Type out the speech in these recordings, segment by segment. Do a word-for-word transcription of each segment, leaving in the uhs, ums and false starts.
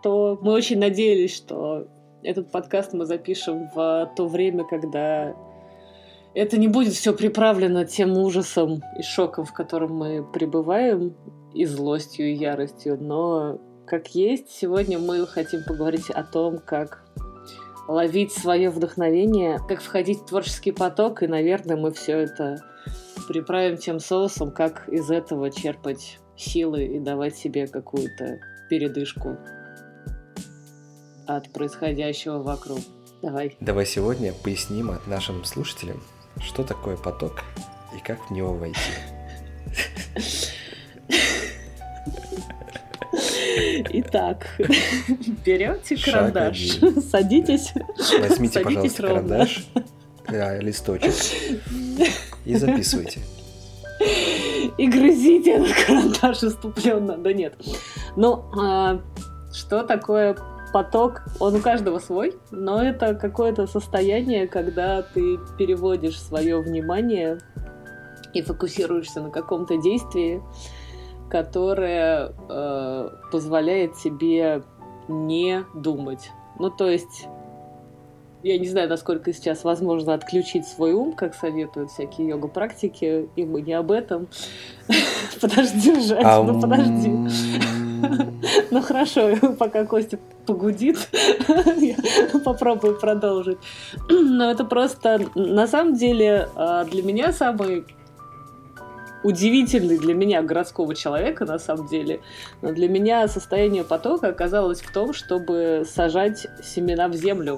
что мы очень надеялись, что этот подкаст мы запишем в то время, когда это не будет все приправлено тем ужасом и шоком, в котором мы пребываем, и злостью, и яростью. Но как есть, сегодня мы хотим поговорить о том, как ловить свое вдохновение, как входить в творческий поток, и, наверное, мы все это приправим тем соусом, как из этого черпать силы и давать себе какую-то передышку от происходящего вокруг. Давай. Давай сегодня поясним нашим слушателям, что такое поток и как в него войти. Итак, берете карандаш, садитесь, возьмите, садитесь пожалуйста, ровно. карандаш, да, листочек и записывайте. И грызите этот карандаш иступленно. Да нет. Ну, а, что такое поток? Он у каждого свой, но это какое-то состояние, когда ты переводишь свое внимание и фокусируешься на каком-то действии, которое э, позволяет тебе не думать. Ну, то есть, я не знаю, насколько сейчас возможно отключить свой ум, как советуют всякие йога-практики, и мы не об этом. Подожди, Жать, ну подожди. Ну хорошо, пока Костя погудит, я попробую продолжить. Но это просто, на самом деле, для меня самый удивительный для меня городского человека, на самом деле, но для меня состояние потока оказалось в том, чтобы сажать семена в землю.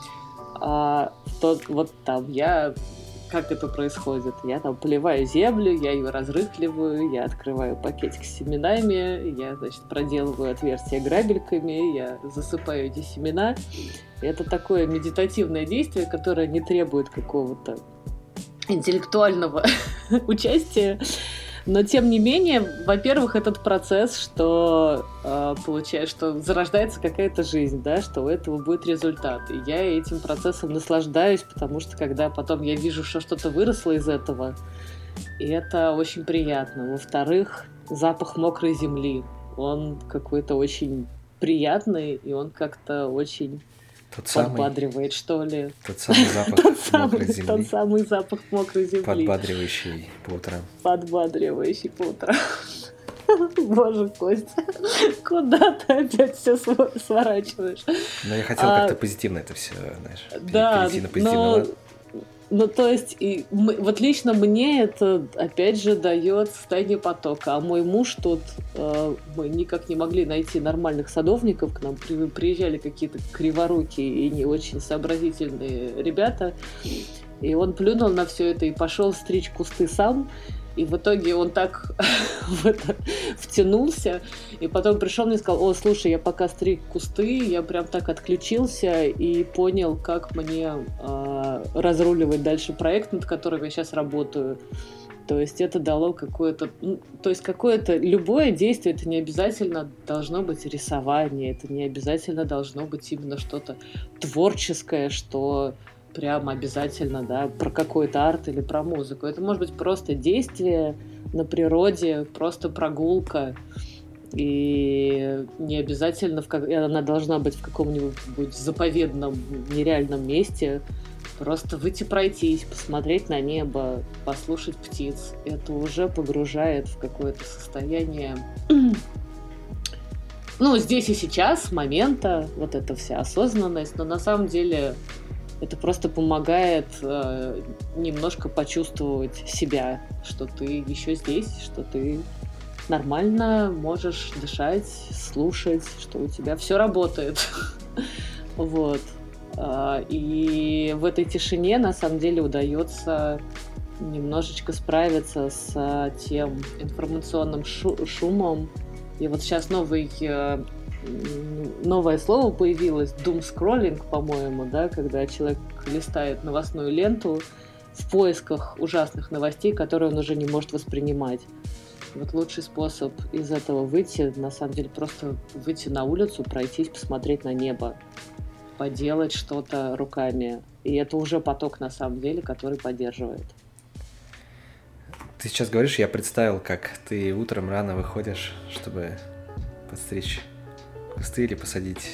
А, то, вот там я... Как это происходит? Я там поливаю землю, я ее разрыхливаю, я открываю пакетик с семенами, я, значит, проделываю отверстия грабельками, я засыпаю эти семена. И это такое медитативное действие, которое не требует какого-то интеллектуального участия. Но, тем не менее, во-первых, этот процесс, что э, получается, что зарождается какая-то жизнь, да, что у этого будет результат. И я этим процессом наслаждаюсь, потому что когда потом я вижу, что что-то выросло из этого, и это очень приятно. Во-вторых, запах мокрой земли. Он какой-то очень приятный, и он как-то очень... Тот самый, подбадривает, что ли. Тот самый запах тот мокрой самый, земли. Тот самый запах мокрой земли. Подбадривающий по утрам. Подбадривающий по утрам. Боже, Костя, куда ты опять все сворачиваешь? Ну, я хотел а, как-то позитивно это все, знаешь, да, перейти на позитивный лад. Ну, то есть, и мы, вот лично мне это, опять же, дает состояние потока. А мой муж тут, э, мы никак не могли найти нормальных садовников, к нам при, приезжали какие-то криворукие и не очень сообразительные ребята, и он плюнул на все это и пошел стричь кусты сам. И в итоге он так в это втянулся, и потом пришел мне и сказал: о, слушай, я пока стриг кусты, я прям так отключился и понял, как мне э, разруливать дальше проект, над которым я сейчас работаю. То есть это дало какое-то... Ну, то есть какое-то... Любое действие, это не обязательно должно быть рисование, это не обязательно должно быть именно что-то творческое, что... прям обязательно, да, про какой-то арт или про музыку. Это может быть просто действие на природе, просто прогулка. И не обязательно в как... она должна быть в каком-нибудь заповедном, нереальном месте. Просто выйти пройтись, посмотреть на небо, послушать птиц. Это уже погружает в какое-то состояние... Ну, здесь и сейчас, момента, вот эта вся осознанность. Но на самом деле... Это просто помогает э, немножко почувствовать себя, что ты еще здесь, что ты нормально можешь дышать, слушать, что у тебя все работает. Вот. И в этой тишине на самом деле удается немножечко справиться с тем информационным шумом. И вот сейчас новый... новое слово появилось, doom-scrolling, по-моему, да, когда человек листает новостную ленту в поисках ужасных новостей, которые он уже не может воспринимать. Вот лучший способ из этого выйти, на самом деле, просто выйти на улицу, пройтись, посмотреть на небо, поделать что-то руками. И это уже поток, на самом деле, который поддерживает. Ты сейчас говоришь, я представил, как ты утром рано выходишь, чтобы подстричь кусты или посадить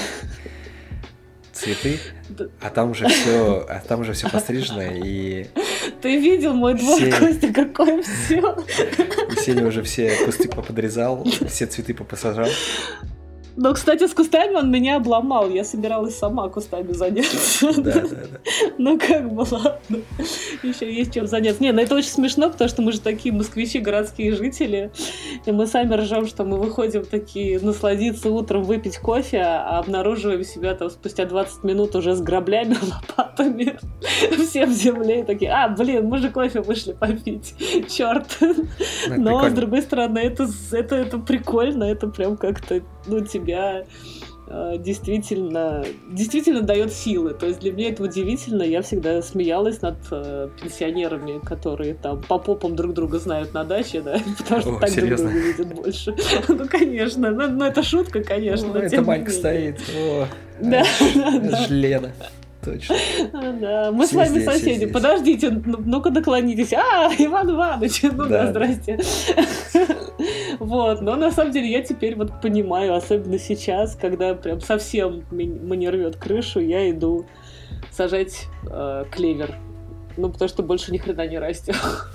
цветы, а там уже все, а там уже все пострижено, и... Ты видел мой двор, все... Костя, какое все? И Сеня уже все кусты поподрезал, все цветы попосажал. Но, кстати, с кустами он меня обломал. Я собиралась сама кустами заняться. Да, да, да. Ну, как бы, ладно. Еще есть чем заняться. Не, ну это очень смешно, потому что мы же такие москвичи, городские жители. И мы сами ржем, что мы выходим такие насладиться утром, выпить кофе, а обнаруживаем себя там спустя двадцать минут уже с граблями, лопатами. Все в земле. И такие, а, блин, мы же кофе вышли попить. Черт. Ну, Но, прикольно. с другой стороны, это, это, это прикольно. Это прям как-то, ну, тебя э, действительно, действительно дает силы. То есть для меня это удивительно. Я всегда смеялась над э, пенсионерами, которые там по попам друг друга знают на даче, да, потому что О, так серьезно? друг друга видят больше. Ну, конечно. Ну, ну, это шутка, конечно. О, но это тем не Манька менее. стоит. О, Да, да, это да. ж Лена. Точно. Да, мы Все с вами здесь, все соседи. здесь. Подождите, ну- ну-ка наклонитесь. А, Иван Иванович, ну да, Да. здрасте. Вот, но на самом деле я теперь вот понимаю, особенно сейчас, когда прям совсем ми- мне рвет крышу, я иду сажать э, клевер. Ну, потому что больше ни хрена не растет.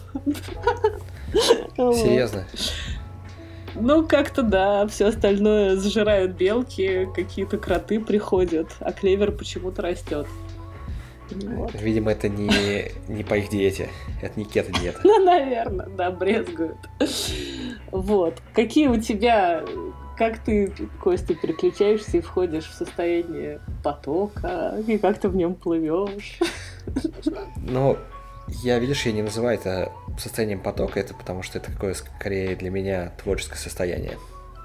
Вот. Серьезно. Ну, как-то да, все остальное сжирают белки, какие-то кроты приходят, а клевер почему-то растет. Вот. Видимо, это не, не по их диете. Это не кето-диета. Ну, наверное, да, брезгуют. Вот. Какие у тебя... Как ты, Костя, переключаешься и входишь в состояние потока? И как ты в нем плывешь? Ну, я, видишь, я не называю это состоянием потока, это потому что это такое, скорее, для меня творческое состояние.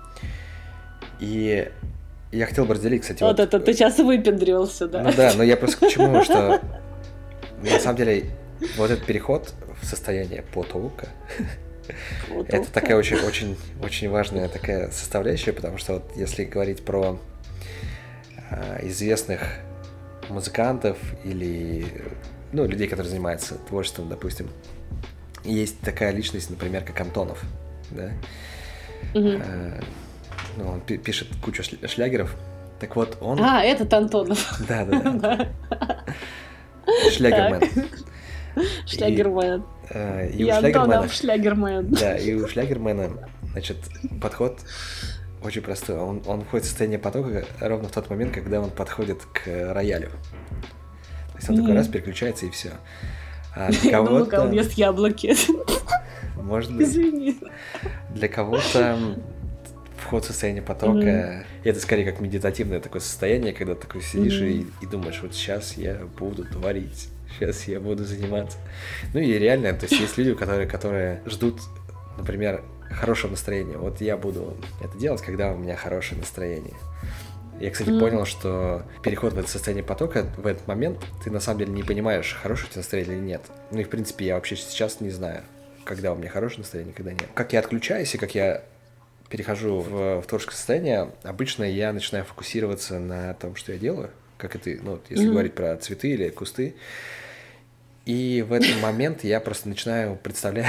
И я хотел бы разделить, кстати, Вот вот... это ты сейчас выпендрился, да? Ну да, но я просто к чему, что на самом деле вот этот переход в состояние потока, Вот это так. такая очень, очень, очень важная такая составляющая, потому что вот если говорить про э, известных музыкантов или ну, людей, которые занимаются творчеством, допустим, есть такая личность, например, как Антонов, да? Мгм. Э, ну, он пи- пишет кучу шля- шлягеров. Так вот, он... А, этот Антонов. Да, да, да. Да. Шлягермен. Шлягермен. Э, И у Я шлягермена... Антонов Шлягермен. Да, и у шлягермена, значит, подход очень простой. Он, он входит в состояние потока ровно в тот момент, когда он подходит к роялю. То есть он такой Мгм. раз переключается и все. А для Я думала, когда он кого-то, ест яблоки. может быть, Извини. для кого-то вход в состояние потока, это скорее как медитативное такое состояние, когда ты такой сидишь Мгм. и, и думаешь, вот сейчас я буду творить, сейчас я буду заниматься. Ну и реально, то есть есть люди, которые, которые ждут, например, хорошего настроения. Вот я буду это делать, когда у меня хорошее настроение. Я, кстати, Мгм. понял, что переход в это состояние потока, в этот момент ты на самом деле не понимаешь, хорошее у тебя настроение или нет. Ну и в принципе я вообще сейчас не знаю, когда у меня хорошее настроение, когда нет. Как я отключаюсь и как я перехожу в, в творческое состояние, обычно я начинаю фокусироваться на том, что я делаю, как это, ну, вот если Мгм. говорить про цветы или кусты. И в этот момент я просто начинаю представлять,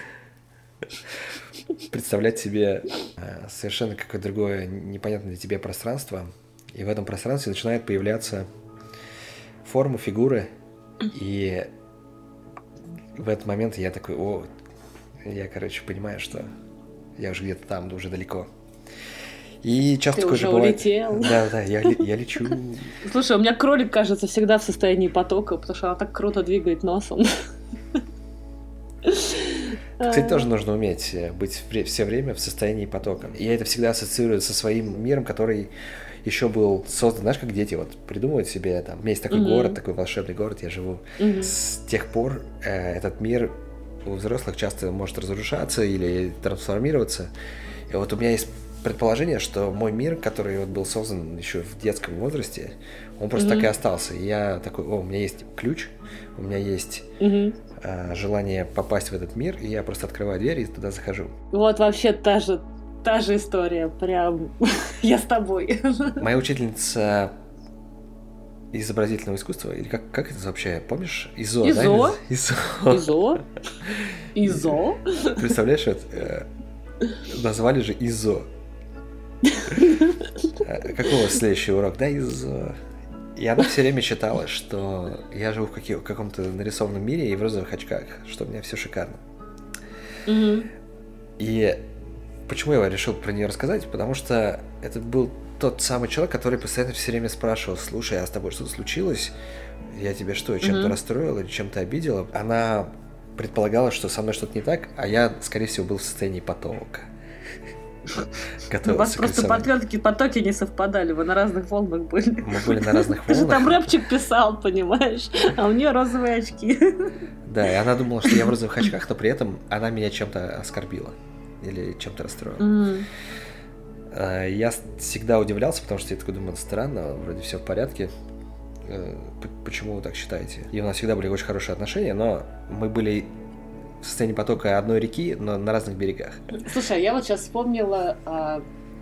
представлять себе э, совершенно какое-то другое непонятное для тебя пространство. И в этом пространстве начинают появляться формы, фигуры. И в этот момент я такой, о, я, короче, понимаю, что я уже где-то там, уже далеко. И часто Ты такое уже же бывает. улетел. Да, да, я, ле- я лечу. Слушай, у меня кролик, кажется, всегда в состоянии потока, потому что она так круто двигает носом. Кстати, тоже нужно уметь э, быть вре- все время в состоянии потока. И я это всегда ассоциирую со своим миром, который еще был создан, знаешь, как дети вот придумывают себе, там, у меня есть такой Мгм. город, такой волшебный город, я живу. Мгм. С тех пор э, этот мир у взрослых часто может разрушаться или трансформироваться. И вот у меня есть предположение, что мой мир, который вот был создан еще в детском возрасте, он просто Мгм. так и остался. И я такой, о, у меня есть ключ, у меня есть Мгм. э, желание попасть в этот мир, и я просто открываю дверь и туда захожу. Вот вообще та же, та же история. Прям я с тобой. Моя учительница изобразительного искусства, или как, как это вообще, помнишь? ИЗО, да? ИЗО? ИЗО. Изо? Изо? Представляешь, вот, э, назвали же ИЗО. Какой у вас следующий урок? Да, из... И она все время читала, что я живу в, каких... в каком-то нарисованном мире и в розовых очках, что у меня все шикарно. Mm-hmm. И почему я решил про нее рассказать? Потому что это был тот самый человек, который постоянно все время спрашивал: слушай, а с тобой что-то случилось? Я тебя что, чем-то mm-hmm. расстроила или чем-то обидела? Она предполагала, что со мной что-то не так, а я, скорее всего, был в состоянии потока. У вас просто потоки, потоки не совпадали, вы на разных волнах были. Мы были на разных волнах. Ты же там рэпчик писал, понимаешь, а у нее розовые очки. Да, и она думала, что я в розовых очках, но при этом она меня чем-то оскорбила или чем-то расстроила. Mm-hmm. Я всегда удивлялся, потому что я такой думаю, странно, вроде все в порядке. Почему вы так считаете? И у нас всегда были очень хорошие отношения, но мы были в состоянии потока одной реки, но на разных берегах. Слушай, я вот сейчас вспомнила, а,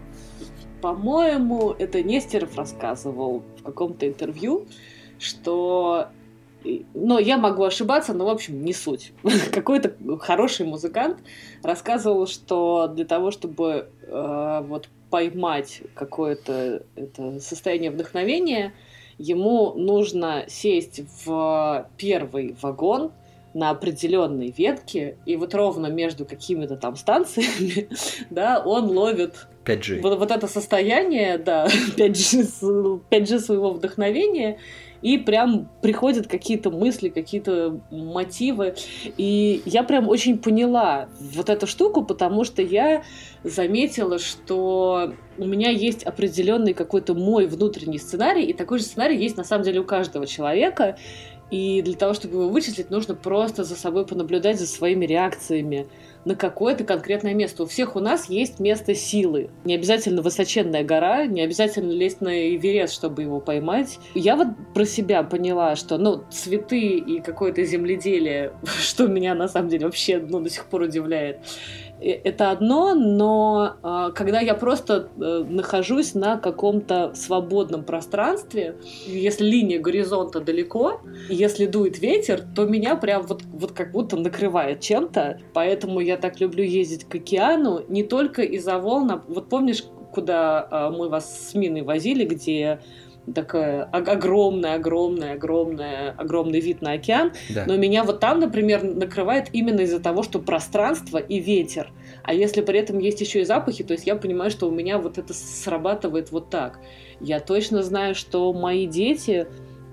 по-моему, это Нестеров рассказывал в каком-то интервью, что... Но я могу ошибаться, но, в общем, не суть. Какой-то хороший музыкант рассказывал, что для того, чтобы э, вот, поймать какое-то это состояние вдохновения, ему нужно сесть в первый вагон на определенной ветке, и вот ровно между какими-то там станциями, да, он ловит пять джи. Вот, вот это состояние, да, пять джи, пять джи своего вдохновения, и прям приходят какие-то мысли, какие-то мотивы. И я прям очень поняла вот эту штуку, потому что я заметила, что у меня есть определенный какой-то мой внутренний сценарий, и такой же сценарий есть на самом деле у каждого человека. И для того, чтобы его вычислить, нужно просто за собой понаблюдать за своими реакциями на какое-то конкретное место. У всех у нас есть место силы. Не обязательно высоченная гора, не обязательно лезть на Эверест, чтобы его поймать. Я вот про себя поняла, что, ну, цветы и какое-то земледелие, что меня на самом деле вообще, ну, до сих пор удивляет, это одно, но э, когда я просто э, нахожусь на каком-то свободном пространстве, если линия горизонта далеко, если дует ветер, то меня прям вот, вот как будто накрывает чем-то. Поэтому я так люблю ездить к океану, не только из-за волн. Вот помнишь, куда э, мы вас с Миной возили, где такая огромная, огромная, огромная, огромный вид на океан, да. Но меня вот там, например, накрывает именно из-за того, что пространство и ветер. А если при этом есть еще и запахи, то есть я понимаю, что у меня вот это срабатывает вот так. Я точно знаю, что мои дети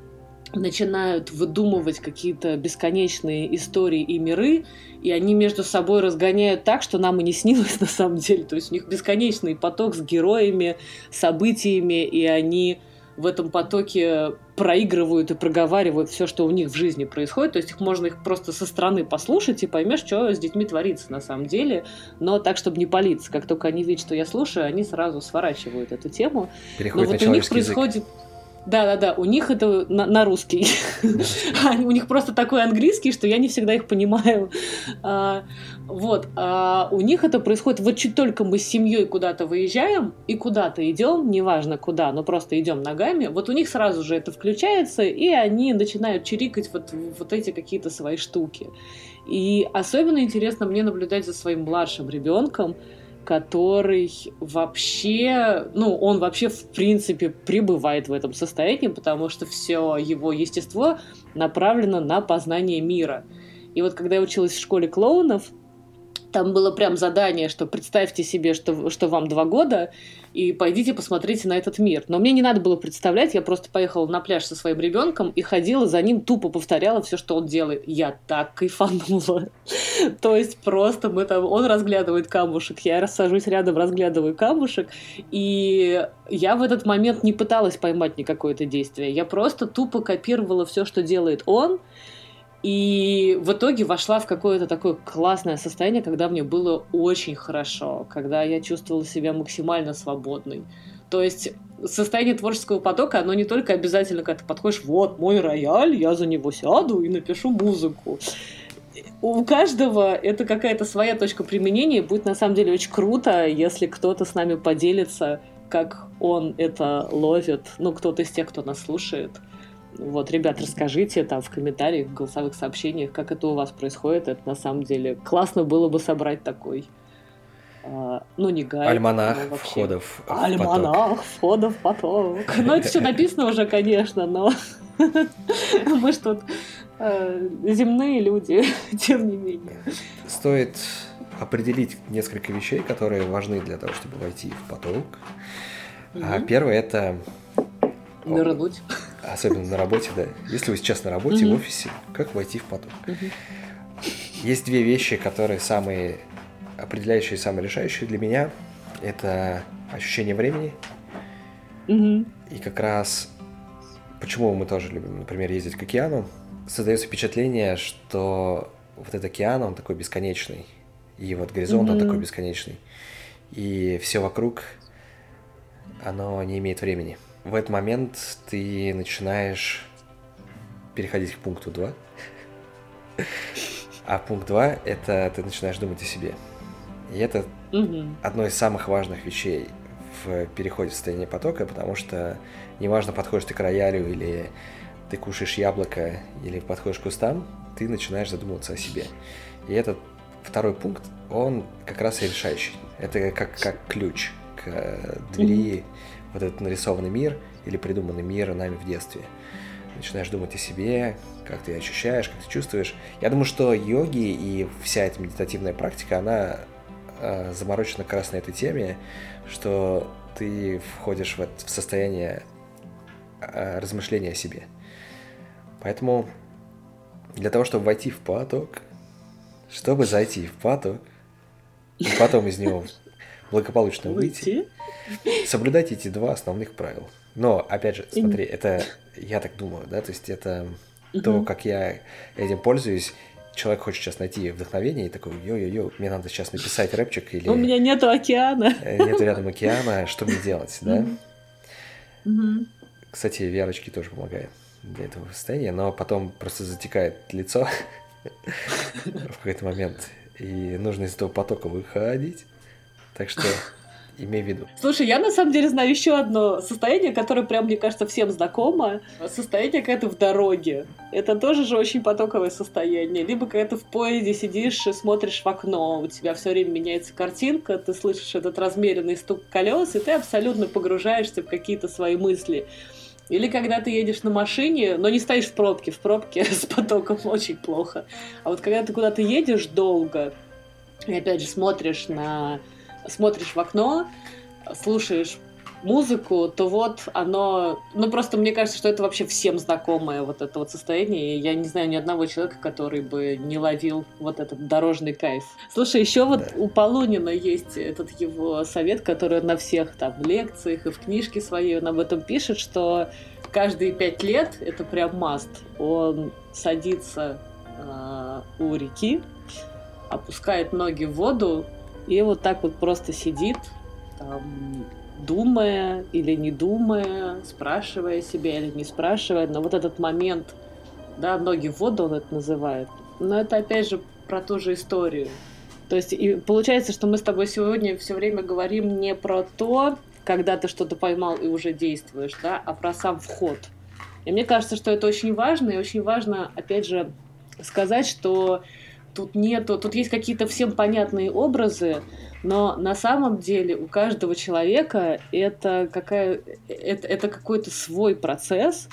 начинают выдумывать какие-то бесконечные истории и миры, и они между собой разгоняют так, что нам и не снилось на самом деле. То есть у них бесконечный поток с героями, событиями, и они в этом потоке проигрывают и проговаривают все, что у них в жизни происходит. То есть их можно их просто со стороны послушать и поймешь, что с детьми творится на самом деле, но так, чтобы не палиться. Как только они видят, что я слушаю, они сразу сворачивают эту тему. Переходит но вот у них происходит... язык. Да-да-да, у них это на, на русский. У них просто такой английский, что я не всегда их понимаю. А, вот. А у них это происходит вот чуть только мы с семьей куда-то выезжаем и куда-то идем, неважно куда, но просто идем ногами, вот у них сразу же это включается, и они начинают чирикать вот, вот эти какие-то свои штуки. И особенно интересно мне наблюдать за своим младшим ребенком, который вообще, ну, он вообще в принципе пребывает в этом состоянии, потому что все его естество направлено на познание мира. И вот когда я училась в школе клоунов, там было прям задание, что представьте себе, что, что вам два года, и пойдите посмотрите на этот мир. Но мне не надо было представлять, я просто поехала на пляж со своим ребенком и ходила за ним, тупо повторяла все, что он делает. Я так кайфанула. То есть просто мы там, он разглядывает камушек, я сажусь рядом, разглядываю камушек, и я в этот момент не пыталась поймать никакое это действие. Я просто тупо копировала все, что делает он, и в итоге вошла в какое-то такое классное состояние, когда мне было очень хорошо, когда я чувствовала себя максимально свободной. То есть состояние творческого потока, оно не только обязательно, когда ты подходишь, вот мой рояль, я за него сяду и напишу музыку. У каждого это какая-то своя точка применения. Будет на самом деле очень круто, если кто-то с нами поделится, как он это ловит. Ну, кто-то из тех, кто нас слушает. Вот, ребят, расскажите там в комментариях, в голосовых сообщениях, как это у вас происходит. Это на самом деле классно было бы собрать такой А, ну, не гайд. Альманах входов в Альманах входов в поток. Ну, это все написано уже, конечно, но мы ж тут земные люди, тем не менее. Стоит определить несколько вещей, которые важны для того, чтобы войти в поток. А первое — это... Нырнуть. Особенно на работе, да. Если вы сейчас на работе, в офисе, как войти в поток? Есть две вещи, которые самые определяющие, самые решающие для меня. Это ощущение времени. Mm-hmm. И как раз почему мы тоже любим, например, ездить к океану. Создается впечатление, что вот этот океан, он такой бесконечный. И вот горизонт, mm-hmm. он такой бесконечный. И все вокруг, оно не имеет времени. В этот момент ты начинаешь переходить к пункту два. А пункт два — это ты начинаешь думать о себе. И это mm-hmm. одно из самых важных вещей в переходе в состояние потока, потому что неважно, подходишь ты к роялю, или ты кушаешь яблоко, или подходишь к кустам, ты начинаешь задумываться о себе. И этот второй пункт, он как раз и решающий. Это как, как ключ к двери, mm-hmm. вот этот нарисованный мир или придуманный мир нами в детстве. Начинаешь думать о себе, как ты ощущаешь, как ты чувствуешь. Я думаю, что йоги и вся эта медитативная практика, она э, заморочена как раз на этой теме, что ты входишь в, в состояние э, размышления о себе. Поэтому для того, чтобы войти в поток, чтобы зайти в поток, и потом из него благополучно выйти, соблюдайте эти два основных правила. Но, опять же, смотри, это я так думаю, да, то есть это uh-huh. то, как я этим пользуюсь. Человек хочет сейчас найти вдохновение и такой: йо-йо-йо, мне надо сейчас написать рэпчик, или... У меня нету океана. Нету рядом океана, что мне делать, да? Uh-huh. Кстати, веерочки тоже помогают для этого состояния, но потом просто затекает лицо в какой-то момент, и нужно из этого потока выходить. Так что имей в виду. Слушай, я на самом деле знаю еще одно состояние, которое прям, мне кажется, всем знакомо. Состояние, когда ты в дороге. Это тоже же очень потоковое состояние. Либо когда ты в поезде сидишь и смотришь в окно, у тебя все время меняется картинка, ты слышишь этот размеренный стук колес, и ты абсолютно погружаешься в какие-то свои мысли. Или когда ты едешь на машине, но не стоишь в пробке. В пробке с потоком очень плохо. А вот когда ты куда-то едешь долго, и опять же смотришь на... смотришь в окно, слушаешь музыку, то вот оно... Ну, просто мне кажется, что это вообще всем знакомое вот это вот состояние. И я не знаю ни одного человека, который бы не ловил вот этот дорожный кайф. Слушай, еще вот да. у Полунина есть этот его совет, который он на всех там лекциях и в книжке своей он об этом пишет, что каждые пять лет, это прям маст, он садится э, у реки, опускает ноги в воду, и вот так вот просто сидит, там, думая или не думая, спрашивая себя или не спрашивая. Но вот этот момент, да, ноги в воду он это называет, но это опять же про ту же историю. То есть и получается, что мы с тобой сегодня все время говорим не про то, когда ты что-то поймал и уже действуешь, да, а про сам вход. И мне кажется, что это очень важно, и очень важно, опять же, сказать, что тут нету, тут есть какие-то всем понятные образы, но на самом деле у каждого человека это, какая, это, это какой-то свой процесс,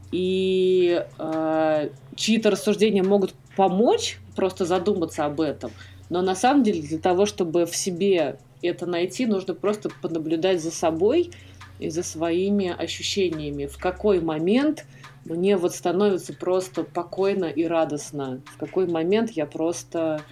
и э, чьи-то рассуждения могут помочь просто задуматься об этом, но на самом деле для того, чтобы в себе это найти, нужно просто понаблюдать за собой и за своими ощущениями. В какой момент мне вот становится просто покойно и радостно. В какой момент я просто...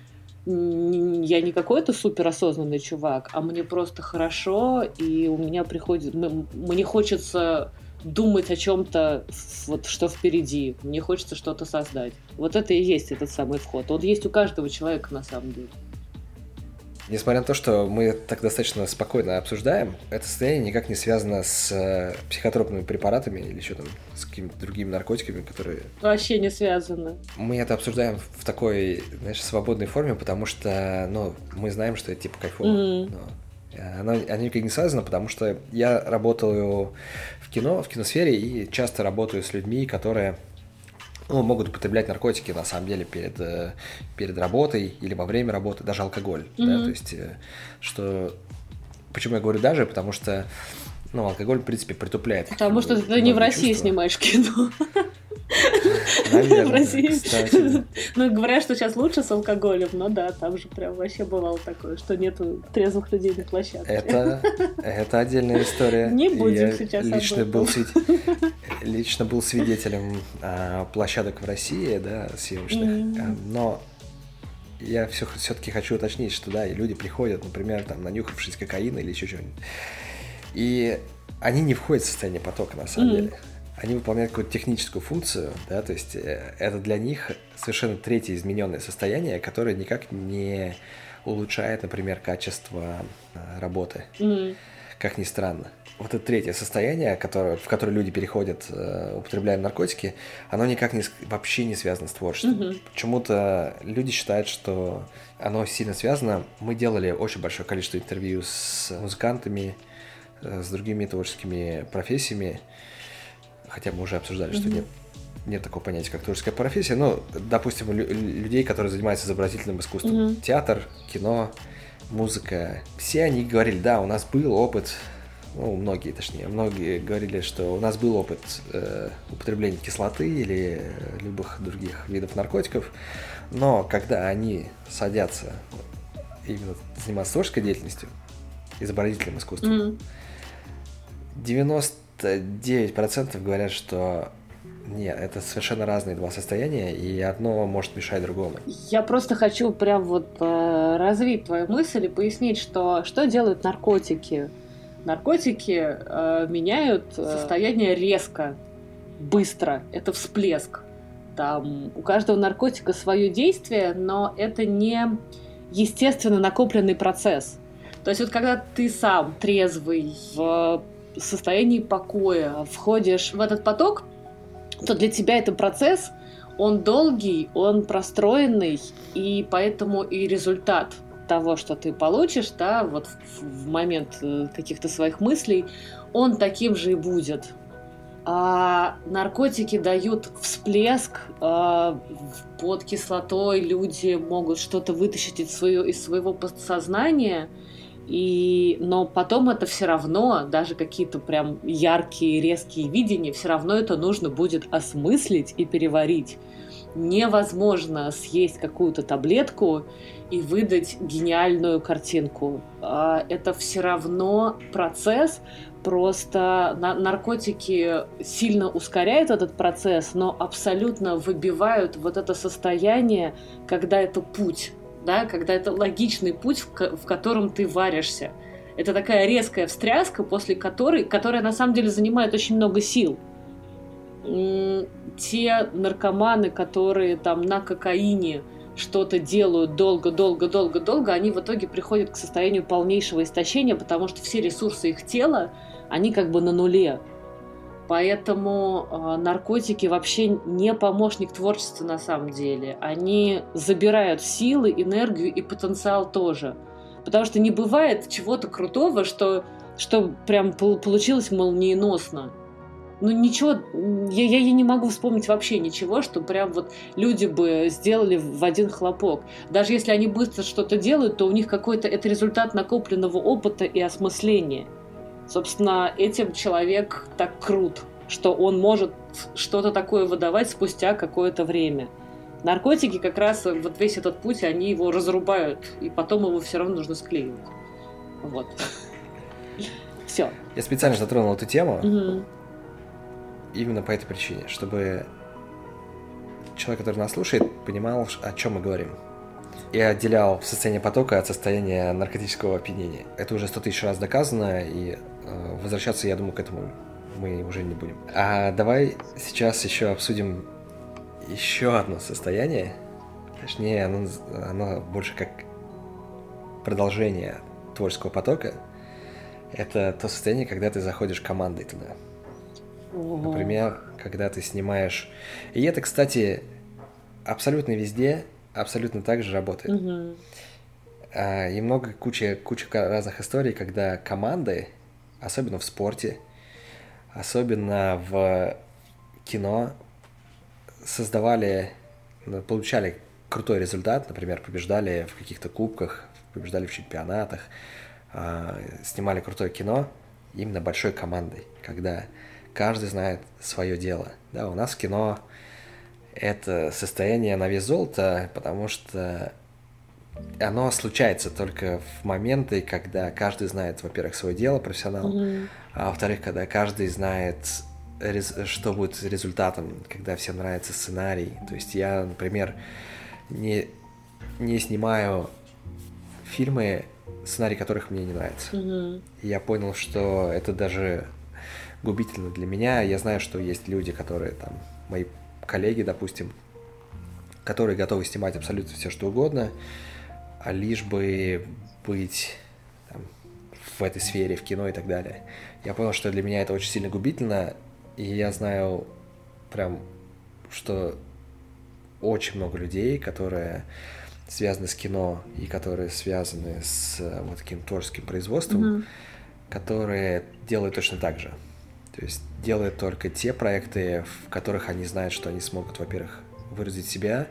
Я не какой-то суперосознанный чувак, а мне просто хорошо, и у меня приходит... Мне хочется думать о чем-то, вот, что впереди. Мне хочется что-то создать. Вот это и есть этот самый вход. Он есть у каждого человека на самом деле. Несмотря на то, что мы так достаточно спокойно обсуждаем, это состояние никак не связано с э, психотропными препаратами или еще там с какими-то другими наркотиками, которые... Вообще не связано. Мы это обсуждаем в такой, знаешь, свободной форме, потому что, ну, мы знаем, что это типа кайфово. Mm-hmm. Но оно, оно никак не связано, потому что я работаю в кино, в киносфере и часто работаю с людьми, которые ну, могут употреблять наркотики, на самом деле, перед, перед работой или во время работы, даже алкоголь, mm-hmm. да, то есть, что... Почему я говорю даже? Потому что, ну, алкоголь, в принципе, притупляет. Потому что ты не в России чувства. Снимаешь кино. Наверное, в России. Кстати. Ну, говорят, что сейчас лучше с алкоголем, но да, там же прям вообще бывало такое, что нету трезвых людей на площадке. Это, это отдельная история. Не будем я сейчас лично об был, свид... лично был свидетелем а, площадок в России, да, съемочных, mm-hmm. но я все, все-таки хочу уточнить, что да, и люди приходят, например, там, нанюхавшись кокаина или еще чего-нибудь, и они не входят в состояние потока, на самом mm-hmm. деле. Они выполняют какую-то техническую функцию, да, то есть это для них совершенно третье измененное состояние, которое никак не улучшает, например, качество работы. Mm-hmm. Как ни странно. Вот это третье состояние, которое, в которое люди переходят, употребляя наркотики, оно никак не, вообще не связано с творчеством. Mm-hmm. Почему-то люди считают, что оно сильно связано. Мы делали очень большое количество интервью с музыкантами, с другими творческими профессиями, хотя мы уже обсуждали, mm-hmm. что нет, нет такого понятия, как творческая профессия. Ну, допустим, лю- людей, которые занимаются изобразительным искусством. Mm-hmm. Театр, кино, музыка. Все они говорили, да, у нас был опыт, ну, многие, точнее, многие говорили, что у нас был опыт э, употребления кислоты или любых других видов наркотиков, но когда они садятся именно заниматься творческой деятельностью, изобразительным искусством, mm-hmm. девяносто девять процентов говорят, что нет, это совершенно разные два состояния, и одно может мешать другому. Я просто хочу прям вот э, развить твою мысль и пояснить, что что делают наркотики. Наркотики э, меняют состояние резко, быстро. Это всплеск. Там у каждого наркотика свое действие, но это не естественно накопленный процесс. То есть вот когда ты сам трезвый, в состоянии покоя входишь в этот поток, то для тебя это процесс, он долгий, он простроенный, и поэтому и результат того, что ты получишь, да, вот в, в момент каких-то своих мыслей, он таким же и будет. А наркотики дают всплеск, а под кислотой люди могут что-то вытащить из своего, из своего подсознания, и, но потом это все равно, даже какие-то прям яркие, резкие видения, все равно это нужно будет осмыслить и переварить. Невозможно съесть какую-то таблетку и выдать гениальную картинку. Это все равно процесс, просто наркотики сильно ускоряют этот процесс, но абсолютно выбивают вот это состояние, когда это путь. Да, когда это логичный путь, в котором ты варишься. Это такая резкая встряска, после которой, которая на самом деле занимает очень много сил. Те наркоманы, которые там на кокаине что-то делают долго-долго-долго-долго, они в итоге приходят к состоянию полнейшего истощения, потому что все ресурсы их тела, они как бы на нуле. Поэтому э, наркотики вообще не помощник творчества на самом деле. Они забирают силы, энергию и потенциал тоже. Потому что не бывает чего-то крутого, что, что прям получилось молниеносно. Ну ничего, я, я, я не могу вспомнить вообще ничего, что прям вот люди бы сделали в один хлопок. Даже если они быстро что-то делают, то у них какой-то это результат накопленного опыта и осмысления. Собственно, этим человек так крут, что он может что-то такое выдавать спустя какое-то время. Наркотики как раз вот весь этот путь, они его разрубают, и потом его все равно нужно склеивать. Вот. Все. Я специально затронул эту тему угу. именно по этой причине, чтобы человек, который нас слушает, понимал, о чем мы говорим. И отделял состояние потока от состояния наркотического опьянения. Это уже сто тысяч раз доказано, и э, возвращаться, я думаю, к этому мы уже не будем. А давай сейчас еще обсудим еще одно состояние. Точнее, оно, оно больше как продолжение творческого потока. Это то состояние, когда ты заходишь командой туда. Ого. Например, когда ты снимаешь... И это, кстати, абсолютно везде... абсолютно так же работает. Угу. А, и много, куча, куча разных историй, когда команды, особенно в спорте, особенно в кино, создавали, получали крутой результат, например, побеждали в каких-то кубках, побеждали в чемпионатах, снимали крутое кино именно большой командой, когда каждый знает свое дело. Да, у нас в кино это состояние на вес золота, потому что оно случается только в моменты, когда каждый знает, во-первых, свое дело, профессионал, mm-hmm. а во-вторых, когда каждый знает, что будет результатом, когда всем нравится сценарий. То есть я, например, не, не снимаю фильмы, сценарий которых мне не нравится. Mm-hmm. И я понял, что это даже губительно для меня. Я знаю, что есть люди, которые там, мои коллеги, допустим, которые готовы снимать абсолютно все, что угодно, а лишь бы быть там, в этой сфере, в кино и так далее. Я понял, что для меня это очень сильно губительно, и я знаю прям, что очень много людей, которые связаны с кино и которые связаны с вот таким творческим производством, mm-hmm. которые делают точно так же. То есть делают только те проекты, в которых они знают, что они смогут, во-первых, выразить себя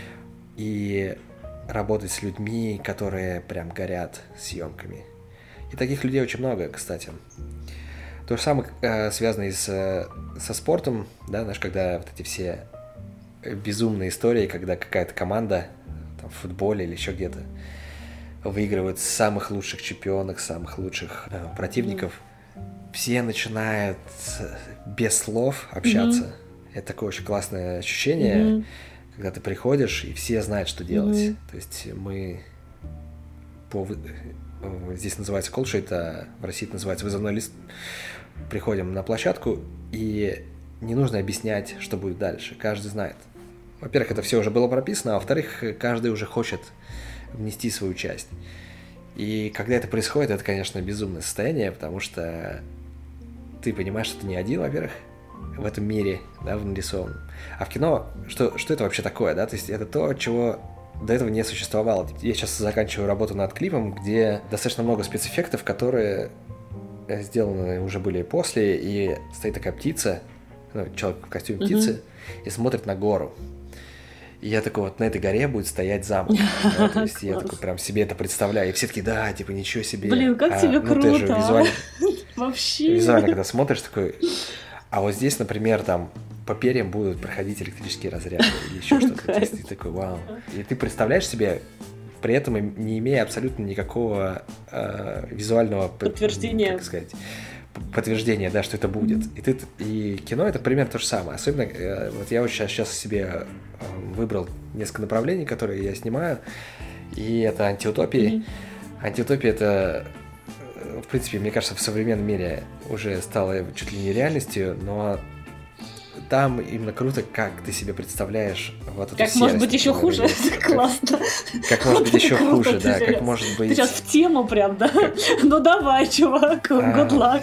и работать с людьми, которые прям горят съемками. И таких людей очень много, кстати. То же самое э, связано и с, со спортом, да, знаешь, когда вот эти все безумные истории, когда какая-то команда там, в футболе или еще где-то выигрывает самых лучших чемпионок, самых лучших э, противников, mm-hmm. все начинают без слов общаться. Mm-hmm. Это такое очень классное ощущение, mm-hmm. когда ты приходишь, и все знают, что делать. Mm-hmm. То есть мы по... Здесь называется коллшит, а в России это называется вызывной лист. Приходим на площадку, и не нужно объяснять, что будет дальше. Каждый знает. Во-первых, это все уже было прописано, а во-вторых, каждый уже хочет внести свою часть. И когда это происходит, это, конечно, безумное состояние, потому что ты понимаешь, что ты не один, во-первых, в этом мире, да, в нарисованном. А в кино, что, что это вообще такое, да? То есть это то, чего до этого не существовало. Я сейчас заканчиваю работу над клипом, где достаточно много спецэффектов, которые сделаны уже были после, и стоит такая птица, ну, человек в костюме птицы, mm-hmm. и смотрит на гору. И я такой, вот на этой горе будет стоять замок. Да, то есть я такой прям себе это представляю. И все такие, да, типа, ничего себе. Блин, как а, тебе ну, круто. Ты же визуально, вообще. Визуально, когда смотришь, такой... А вот здесь, например, там по перьям будут проходить электрические разряды или еще что-то. То есть ты такой, вау. И ты представляешь себе, при этом не имея абсолютно никакого э, визуального... Подтверждения. Как сказать... подтверждение, да, что это будет. И, ты, и кино это примерно то же самое. Особенно, э, вот я вот сейчас, сейчас себе э, выбрал несколько направлений, которые я снимаю, и это антиутопии. Mm-hmm. Антиутопия это, в принципе, мне кажется, в современном мире уже стало чуть ли не реальностью, но там именно круто, как ты себе представляешь вот эту Как серость, может быть еще хуже? Как, Классно. Как может быть еще хуже, да, как может быть... Ты сейчас в тему прям, да? Ну давай, чувак, good luck.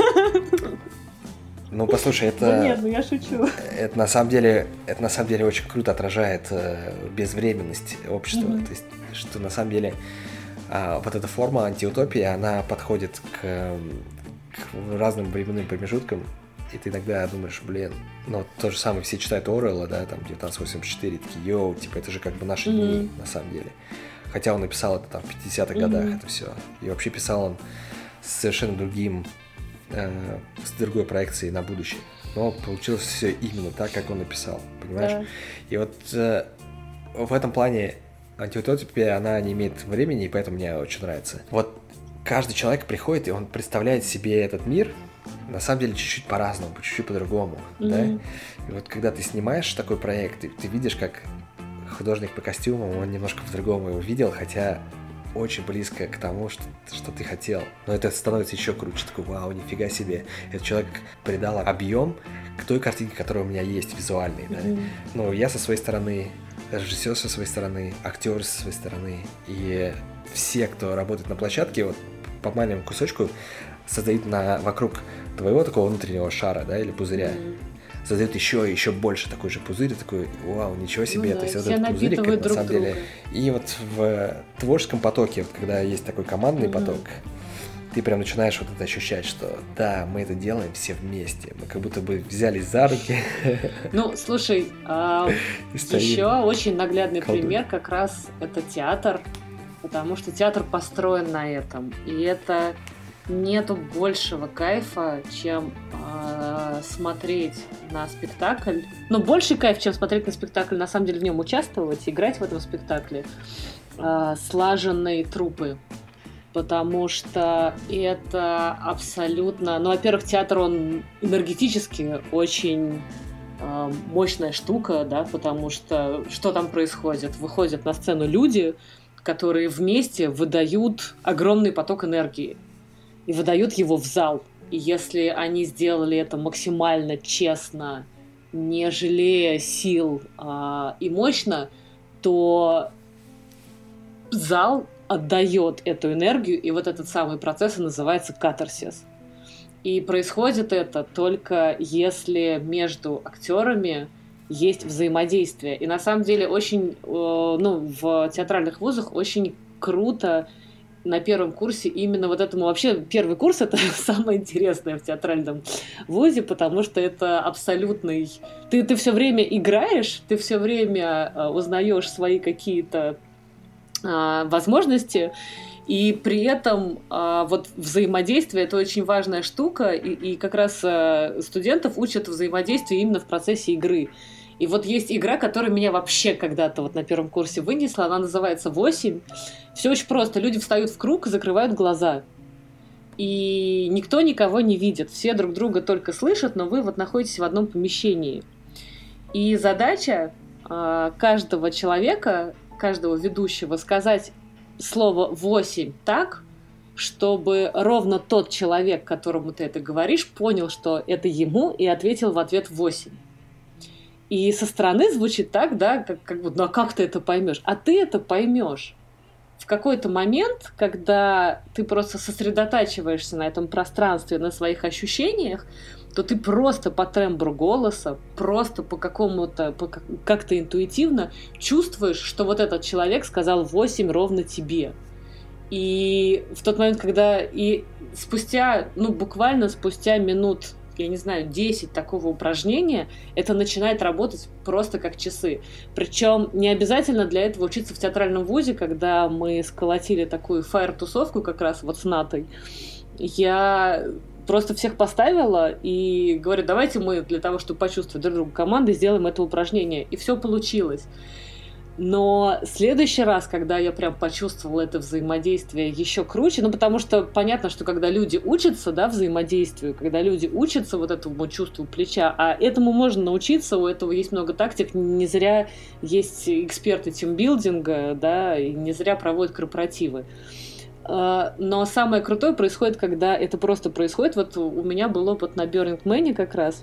Ну, послушай, это... Да нет, ну я шучу. Это на самом деле, это на самом деле очень круто отражает э, безвременность общества. Mm-hmm. То есть, что на самом деле э, вот эта форма антиутопии, она подходит к, к разным временным промежуткам. И ты иногда думаешь, блин, ну, то же самое, все читают Оруэлла, да, там, девятнадцать восемьдесят четыре, такие, йоу, типа, это же как бы наши mm-hmm. дни, на самом деле. Хотя он написал это там в пятидесятых mm-hmm. годах, это все. И вообще писал он с совершенно другим, э, с другой проекцией на будущее. Но получилось все именно так, как он написал, понимаешь? Yeah. И вот э, в этом плане антиутопия, она не имеет времени, и поэтому мне очень нравится. Вот каждый человек приходит, и он представляет себе этот мир, на самом деле чуть-чуть по-разному, чуть-чуть по-другому, mm-hmm. да? И вот когда ты снимаешь такой проект, ты, ты видишь, как художник по костюмам, он немножко по-другому его видел, хотя очень близко к тому, что, что ты хотел. Но это становится еще круче, такой, вау, нифига себе. Этот человек придал объем к той картинке, которая у меня есть, визуальной, да? Mm-hmm. Ну, я со своей стороны, режиссер со своей стороны, актер со своей стороны, и все, кто работает на площадке, вот по маленькому кусочку создают на, вокруг твоего такого внутреннего шара, да, или пузыря, mm-hmm. создают еще и еще больше такой же пузырь, такой, вау, ничего себе, ну, то есть вот этот пузырик, это, на самом деле, и вот в творческом потоке, вот, когда есть такой командный mm-hmm. поток, ты прям начинаешь вот это ощущать, что да, мы это делаем все вместе, мы как будто бы взялись за руки. Ну, слушай, а, еще очень наглядный колдуем. Пример как раз это театр, потому что театр построен на этом, и это нету большего кайфа, чем э, смотреть на спектакль. Но больший кайф, чем смотреть на спектакль, на самом деле в нем участвовать, играть в этом спектакле, э, слаженные труппы. Потому что это абсолютно... Ну, во-первых, театр, он энергетически очень э, мощная штука, да, потому что что там происходит? Выходят на сцену люди, которые вместе выдают огромный поток энергии. И выдают его в зал. И если они сделали это максимально честно, не жалея сил а, и мощно, то зал отдает эту энергию, и вот этот самый процесс и называется катарсис. И происходит это только если между актерами есть взаимодействие. И на самом деле очень, ну, в театральных вузах очень круто на первом курсе именно вот этому... Вообще, первый курс — это самое интересное в театральном вузе, потому что это абсолютный... Ты, ты все время играешь, ты все время uh, узнаешь свои какие-то uh, возможности, и при этом uh, вот взаимодействие — это очень важная штука, и, и как раз uh, студентов учат взаимодействию именно в процессе игры. И вот есть игра, которая меня вообще когда-то вот на первом курсе вынесла, она называется «восемь». Все очень просто. Люди встают в круг и закрывают глаза. И никто никого не видит. Все друг друга только слышат, но вы вот находитесь в одном помещении. И задача э, каждого человека, каждого ведущего сказать слово «восемь» так, чтобы ровно тот человек, которому ты это говоришь, понял, что это ему, и ответил в ответ «восемь». И со стороны звучит так, да, как, как бы, ну а как ты это поймешь? А ты это поймешь в какой-то момент, когда ты просто сосредотачиваешься на этом пространстве, на своих ощущениях, то ты просто по тембру голоса, просто по какому-то, по, как-то интуитивно чувствуешь, что вот этот человек сказал восемь ровно тебе. И в тот момент, когда и спустя, ну буквально спустя минут, я не знаю, десять такого упражнения, это начинает работать просто как часы. Причем не обязательно для этого учиться в театральном вузе, когда мы сколотили такую фаер-тусовку как раз вот с Натой. Я просто всех поставила и говорю, давайте мы для того, чтобы почувствовать друг друга командой, сделаем это упражнение. И все получилось. Но в следующий раз, когда я прям почувствовала это взаимодействие еще круче, ну, потому что понятно, что когда люди учатся, да, взаимодействию, когда люди учатся вот этому чувству плеча, а этому можно научиться, у этого есть много тактик, не зря есть эксперты тимбилдинга, да, и не зря проводят корпоративы. Но самое крутое происходит, когда это просто происходит. Вот у меня был опыт на Burning Man как раз,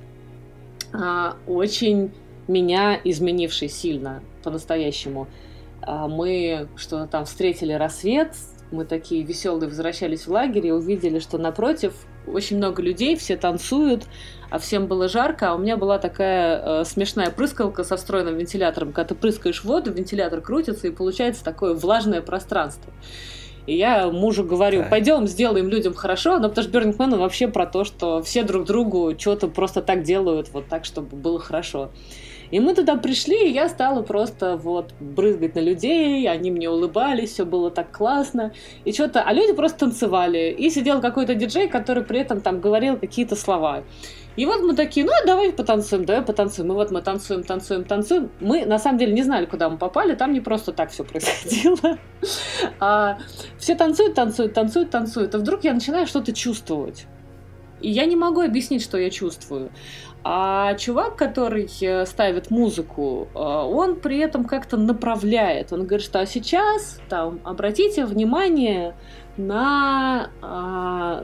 очень меня изменивший сильно по-настоящему. Мы что-то там встретили рассвет, мы такие веселые возвращались в лагерь и увидели, что напротив очень много людей, все танцуют, а всем было жарко, а у меня была такая э, смешная прыскалка со встроенным вентилятором. Когда ты прыскаешь в воду, вентилятор крутится, и получается такое влажное пространство. И я мужу говорю, пойдем сделаем людям хорошо, но потому что Burning Man вообще про то, что все друг другу что-то просто так делают, вот так, чтобы было хорошо. И мы туда пришли, и я стала просто вот брызгать на людей, они мне улыбались, все было так классно, и что-то, а люди просто танцевали, и сидел какой-то диджей, который при этом там говорил какие-то слова. И вот мы такие, ну давай потанцуем, давай потанцуем, и вот мы танцуем, танцуем, танцуем. Мы на самом деле не знали, куда мы попали, там не просто так все происходило. А все танцуют, танцуют, танцуют, танцуют, а вдруг я начинаю что-то чувствовать. И я не могу объяснить, что я чувствую. А чувак, который ставит музыку, он при этом как-то направляет. Он говорит, что а сейчас там, обратите внимание на... А,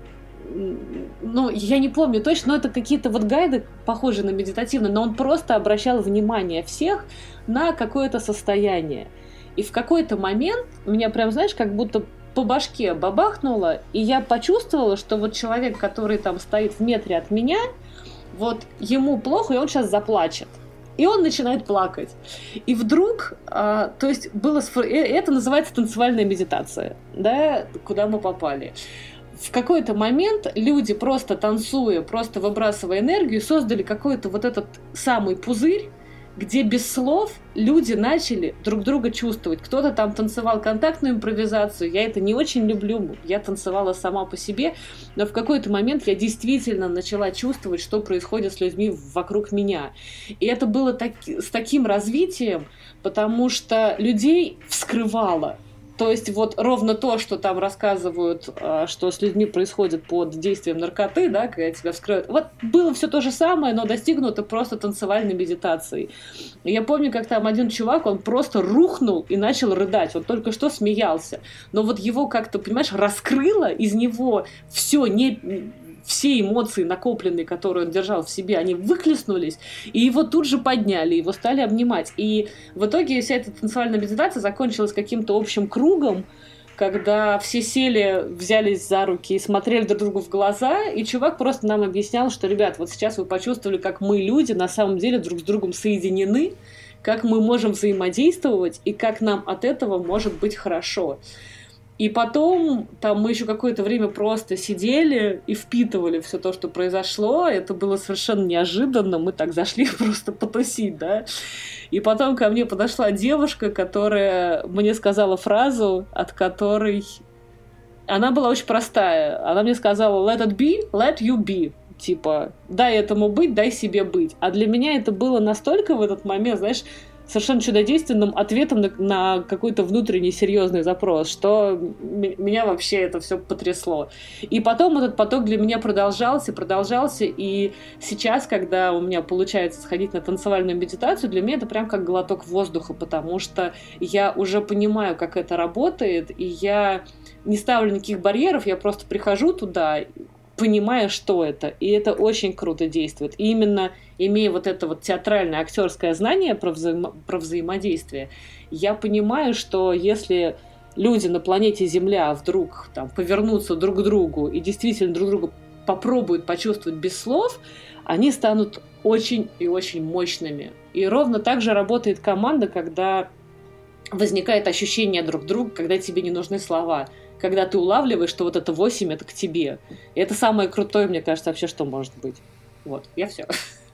ну, я не помню точно, но это какие-то вот гайды, похожие на медитативные, но он просто обращал внимание всех на какое-то состояние. И в какой-то момент меня прям, знаешь, как будто по башке бабахнуло, и я почувствовала, что вот человек, который там стоит в метре от меня, вот ему плохо, и он сейчас заплачет. И он начинает плакать. И вдруг, а, то есть было, это называется танцевальная медитация, да, куда мы попали. в какой-то момент люди, просто танцуя, просто выбрасывая энергию, создали какой-то вот этот самый пузырь, где без слов люди начали друг друга чувствовать. Кто-то там танцевал контактную импровизацию, я это не очень люблю, я танцевала сама по себе, но в какой-то момент я действительно начала чувствовать, что происходит с людьми вокруг меня. И это было так, с таким развитием, потому что людей вскрывало. То есть вот ровно то, что там рассказывают, что с людьми происходит под действием наркоты, да, когда тебя вскрывают. Вот было все то же самое, но достигнуто просто танцевальной медитацией. И я помню, как там один чувак, он просто рухнул и начал рыдать. Он только что смеялся. Но вот его как-то, понимаешь, раскрыло из него все не... все эмоции накопленные, которые он держал в себе, они выхлестнулись, и его тут же подняли, его стали обнимать. И в итоге вся эта танцевальная медитация закончилась каким-то общим кругом, когда все сели, взялись за руки и смотрели друг другу в глаза, и чувак просто нам объяснял, что, ребят, вот сейчас вы почувствовали, как мы, люди, на самом деле друг с другом соединены, как мы можем взаимодействовать, и как нам от этого может быть хорошо. И потом там мы еще какое-то время просто сидели и впитывали все то, что произошло. Это было совершенно неожиданно. Мы так зашли просто потусить, да. И потом ко мне подошла девушка, которая мне сказала фразу, от которой... Она была очень простая. Она мне сказала «let it be, let you be». Типа «дай этому быть, дай себе быть». А для меня это было настолько в этот момент, знаешь, совершенно чудодейственным ответом на, на какой-то внутренний серьезный запрос, что м- меня вообще это все потрясло. И потом этот поток для меня продолжался, продолжался, и сейчас, когда у меня получается сходить на танцевальную медитацию, для меня это прям как глоток воздуха, потому что я уже понимаю, как это работает, и я не ставлю никаких барьеров, я просто прихожу туда, понимая, что это. И это очень круто действует. И именно имея вот это вот театральное, актерское знание про, взаимо- про взаимодействие, я понимаю, что если люди на планете Земля вдруг там, повернутся друг к другу и действительно друг друга попробуют почувствовать без слов, они станут очень и очень мощными. И ровно так же работает команда, когда возникает ощущение друг друга, когда тебе не нужны слова. Когда ты улавливаешь, что вот это восемь, это к тебе. И это самое крутое, мне кажется, вообще, что может быть. Вот, я все.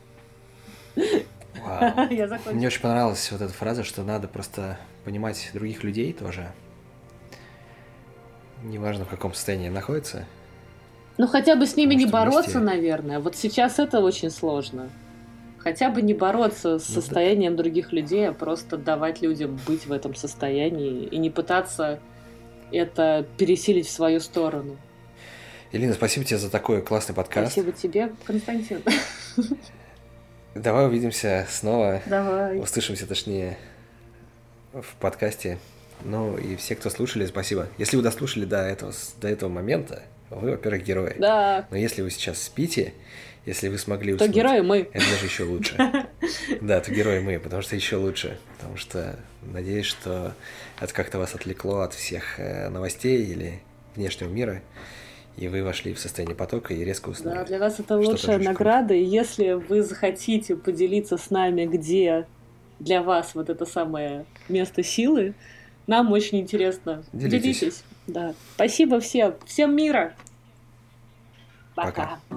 Вау. Мне очень понравилась вот эта фраза, что надо просто понимать других людей тоже. Неважно, в каком состоянии находятся. Ну, хотя бы с ними не бороться, наверное. Вот сейчас это очень сложно. Хотя бы не бороться с состоянием других людей, а просто давать людям быть в этом состоянии и не пытаться это пересилить в свою сторону. Элина, спасибо тебе за такой классный подкаст. Спасибо тебе, Константин. Давай увидимся снова. Давай. Услышимся, точнее, в подкасте. Ну и все, кто слушали, спасибо. Если вы дослушали до этого, до этого момента, вы, во-первых, герои. Да. Но если вы сейчас спите, если вы смогли уснуть, то герои мы. Это даже еще лучше. Да, то герои мы, потому что еще лучше. Потому что надеюсь, что это как-то вас отвлекло от всех новостей или внешнего мира, и вы вошли в состояние потока и резко уснули. Да, для вас это лучшая награда. И если вы захотите поделиться с нами, где для вас вот это самое место силы, нам очень интересно. Делитесь. Делитесь. Да. Спасибо всем. Всем мира. Пока. Пока.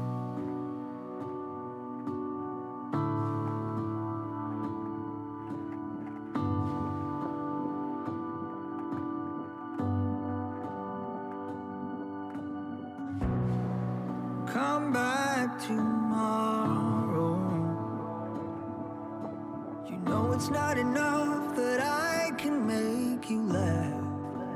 Come back tomorrow. You know it's not enough that I can make you laugh.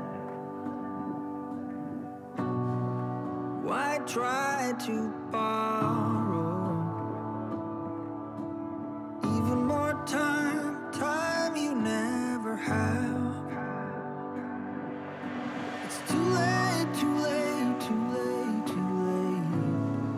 Why try to borrow even more time, time you never have? It's too late, too late, too late, too late.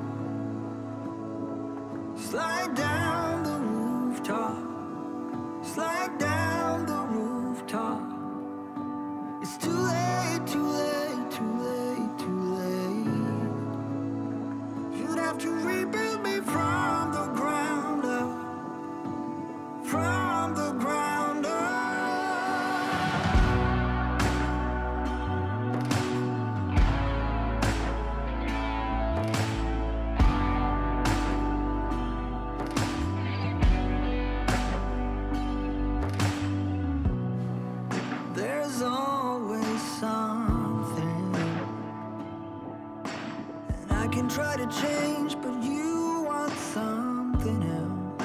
Slide down the rooftop, slide down the rooftop. It's too late, too late, too late, too late. You'd have to rebuild me from the ground up, from the ground up. can try to change, but you want something else.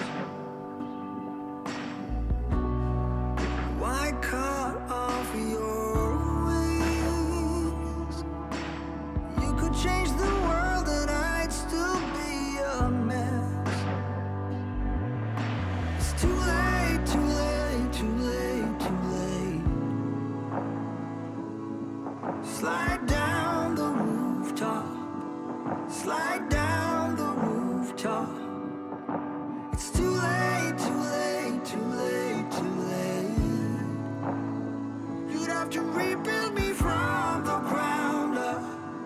Why cut off your wings? You could change the world and I'd still be a mess. It's too late, too late, too late, too late. Slide down the rooftop. Slide down the rooftop. It's too late, too late, too late, too late. You'd have to rebuild me from the ground up.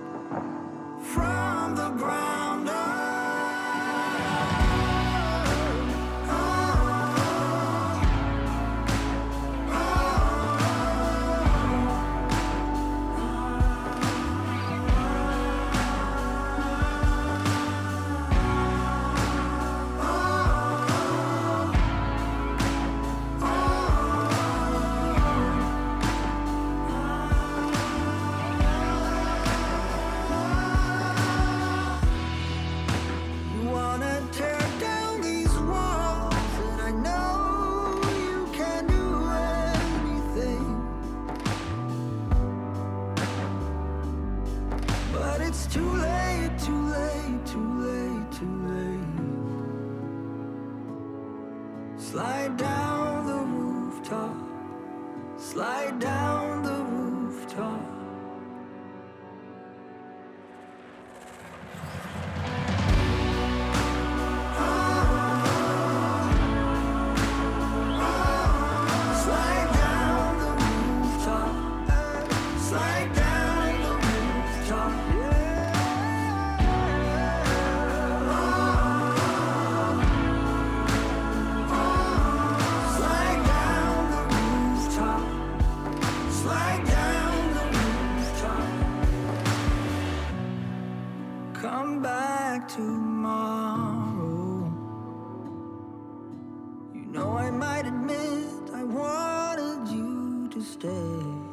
From the ground up. Oh, oh, you wanna tear down these walls, and I know you can do anything, but it's too late, too late, too late, too late. Slide down the rooftop. Slide down the rooftop. Slide down the rooftop. Slide down the rooftop. Slide down the rooftop. Slide down the rooftop. Come back tomorrow. You know I might admit I wanted you to stay.